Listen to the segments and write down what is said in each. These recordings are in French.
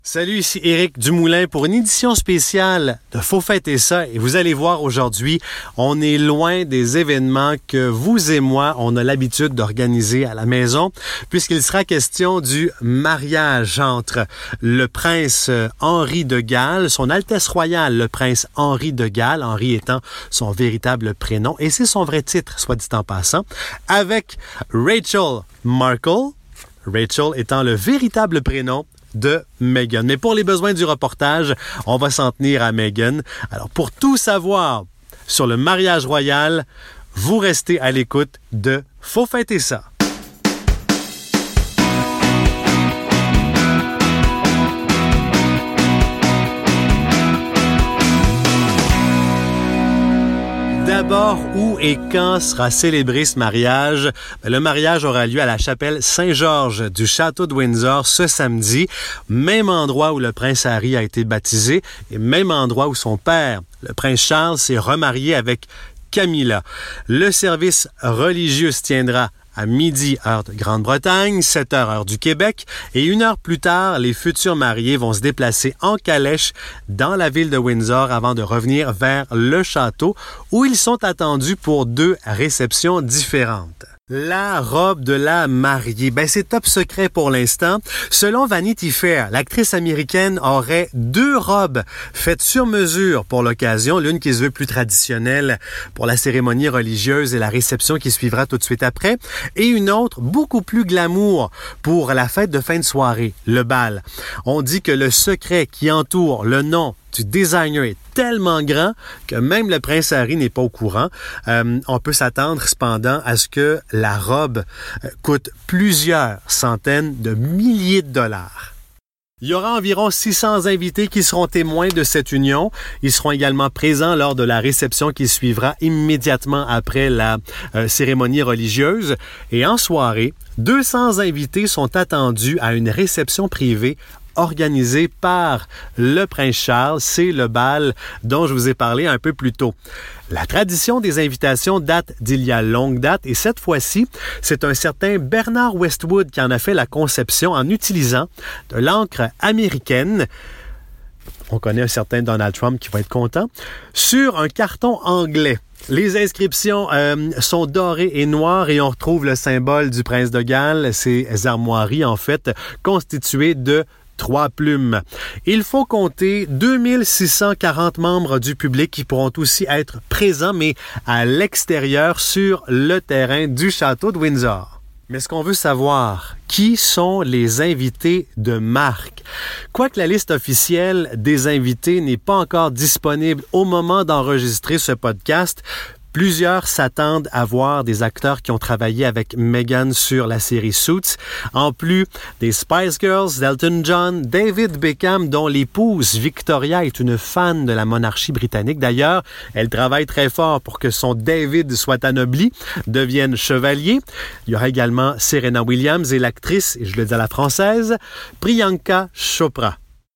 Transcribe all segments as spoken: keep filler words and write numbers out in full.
Salut, ici Éric Dumoulin pour une édition spéciale de Faut fêter ça. Et vous allez voir aujourd'hui, on est loin des événements que vous et moi, on a l'habitude d'organiser à la maison, puisqu'il sera question du mariage entre le prince Henri de Galles, son Altesse royale, le prince Henri de Galles, Henri étant son véritable prénom, et c'est son vrai titre, soit dit en passant, avec Rachel Markle, Rachel étant le véritable prénom de Meghan. Mais pour les besoins du reportage, on va s'en tenir à Meghan. Alors, pour tout savoir sur le mariage royal, vous restez à l'écoute de Faut fêter ça. D'abord, où et quand sera célébré ce mariage? Le mariage aura lieu à la chapelle Saint-Georges du château de Windsor ce samedi, même endroit où le prince Harry a été baptisé et même endroit où son père, le prince Charles, s'est remarié avec Camilla. Le service religieux se tiendra à midi, heure de Grande-Bretagne, sept heures, heure du Québec, et une heure plus tard, les futurs mariés vont se déplacer en calèche dans la ville de Windsor avant de revenir vers le château où ils sont attendus pour deux réceptions différentes. La robe de la mariée, ben c'est top secret pour l'instant. Selon Vanity Fair, l'actrice américaine aurait deux robes faites sur mesure pour l'occasion, l'une qui se veut plus traditionnelle pour la cérémonie religieuse et la réception qui suivra tout de suite après, et une autre beaucoup plus glamour pour la fête de fin de soirée, le bal. On dit que le secret qui entoure le nom du designer est tellement grand que même le prince Harry n'est pas au courant. Euh, on peut s'attendre cependant à ce que la robe coûte plusieurs centaines de milliers de dollars. Il y aura environ six cents invités qui seront témoins de cette union. Ils seront également présents lors de la réception qui suivra immédiatement après la euh, cérémonie religieuse. Et en soirée, deux cents invités sont attendus à une réception privée organisé par le prince Charles. C'est le bal dont je vous ai parlé un peu plus tôt. La tradition des invitations date d'il y a longue date et cette fois-ci, c'est un certain Bernard Westwood qui en a fait la conception en utilisant de l'encre américaine. On connaît un certain Donald Trump qui va être content, sur un carton anglais. Les inscriptions euh, sont dorées et noires et on retrouve le symbole du prince de Galles, ces armoiries en fait constituées de trois plumes. Il faut compter deux mille six cent quarante membres du public qui pourront aussi être présents, mais à l'extérieur sur le terrain du château de Windsor. Mais ce qu'on veut savoir, qui sont les invités de marque? Quoique la liste officielle des invités n'est pas encore disponible au moment d'enregistrer ce podcast, plusieurs s'attendent à voir des acteurs qui ont travaillé avec Meghan sur la série Suits, en plus des Spice Girls, d'Elton John, David Beckham, dont l'épouse Victoria est une fan de la monarchie britannique. D'ailleurs, elle travaille très fort pour que son David soit anobli, devienne chevalier. Il y aura également Serena Williams et l'actrice, et je le dis à la française, Priyanka Chopra.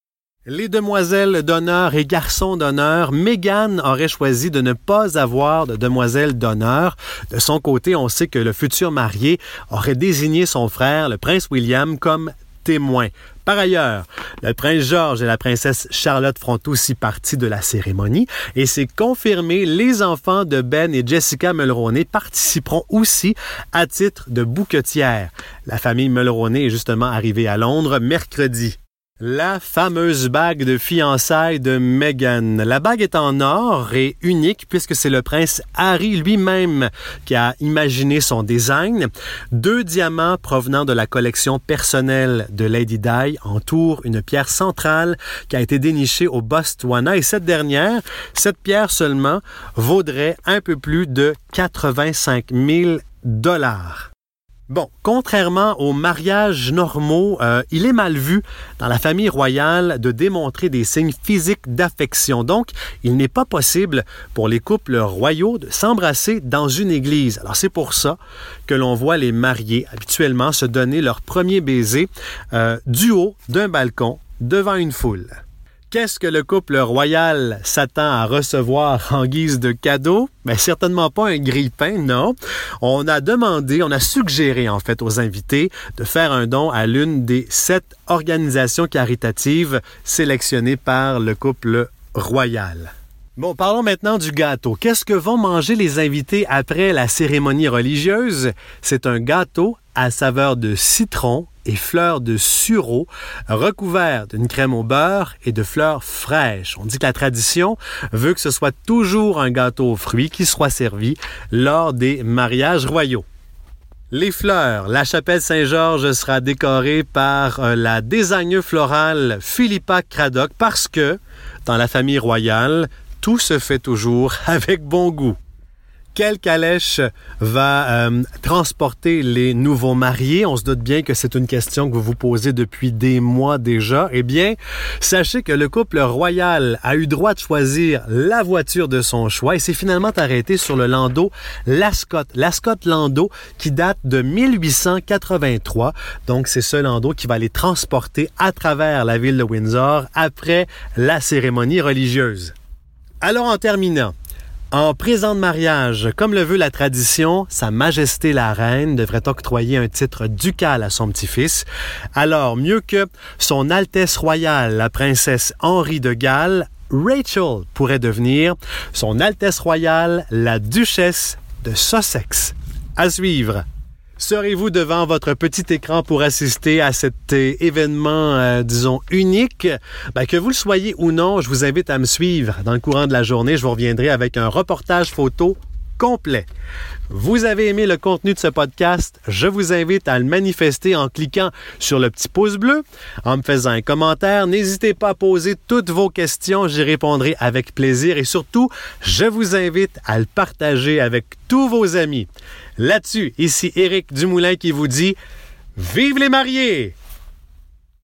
Les demoiselles d'honneur et garçons d'honneur, Meghan aurait choisi de ne pas avoir de demoiselle d'honneur. De son côté, on sait que le futur marié aurait désigné son frère, le prince William, comme témoin. Par ailleurs, le prince George et la princesse Charlotte feront aussi partie de la cérémonie et c'est confirmé, les enfants de Ben et Jessica Mulroney participeront aussi à titre de bouquetière. La famille Mulroney est justement arrivée à Londres mercredi. La fameuse bague de fiançailles de Meghan. La bague est en or et unique puisque c'est le prince Harry lui-même qui a imaginé son design. Deux diamants provenant de la collection personnelle de Lady Di entourent une pierre centrale qui a été dénichée au Botswana et cette dernière, cette pierre seulement, vaudrait un peu plus de quatre-vingt-cinq mille dollars. Bon, contrairement aux mariages normaux, euh, il est mal vu dans la famille royale de démontrer des signes physiques d'affection. Donc, il n'est pas possible pour les couples royaux de s'embrasser dans une église. Alors, c'est pour ça que l'on voit les mariés habituellement se donner leur premier baiser euh, du haut d'un balcon devant une foule. Qu'est-ce que le couple royal s'attend à recevoir en guise de cadeau? Bien, certainement pas un grille-pain, non. On a demandé, on a suggéré en fait aux invités de faire un don à l'une des sept organisations caritatives sélectionnées par le couple royal. Bon, parlons maintenant du gâteau. Qu'est-ce que vont manger les invités après la cérémonie religieuse? C'est un gâteau à saveur de citron et fleurs de sureau, recouvert d'une crème au beurre et de fleurs fraîches. On dit que la tradition veut que ce soit toujours un gâteau aux fruits qui soit servi lors des mariages royaux. Les fleurs. La chapelle Saint-Georges sera décorée par euh, la designer florale Philippa Craddock parce que, dans la famille royale, tout se fait toujours avec bon goût. Quelle calèche va euh, transporter les nouveaux mariés? On se doute bien que c'est une question que vous vous posez depuis des mois déjà. Eh bien, sachez que le couple royal a eu droit de choisir la voiture de son choix et s'est finalement arrêté sur le landau Lascott. Lascott Landau qui date de mille huit cent quatre-vingt-trois. Donc, c'est ce landau qui va les transporter à travers la ville de Windsor après la cérémonie religieuse. Alors, en terminant, en présent de mariage, comme le veut la tradition, Sa Majesté la Reine devrait octroyer un titre ducal à son petit-fils. Alors, mieux que Son Altesse Royale, la princesse Henri de Galles, Rachel pourrait devenir Son Altesse Royale, la Duchesse de Sussex. À suivre. Serez-vous devant votre petit écran pour assister à cet euh, événement, euh, disons, unique? Ben, que vous le soyez ou non, je vous invite à me suivre. Dans le courant de la journée, je vous reviendrai avec un reportage photo complet. Vous avez aimé le contenu de ce podcast? Je vous invite à le manifester en cliquant sur le petit pouce bleu, en me faisant un commentaire. N'hésitez pas à poser toutes vos questions, j'y répondrai avec plaisir et surtout, je vous invite à le partager avec tous vos amis. Là-dessus, ici Éric Dumoulin qui vous dit « Vive les mariés !»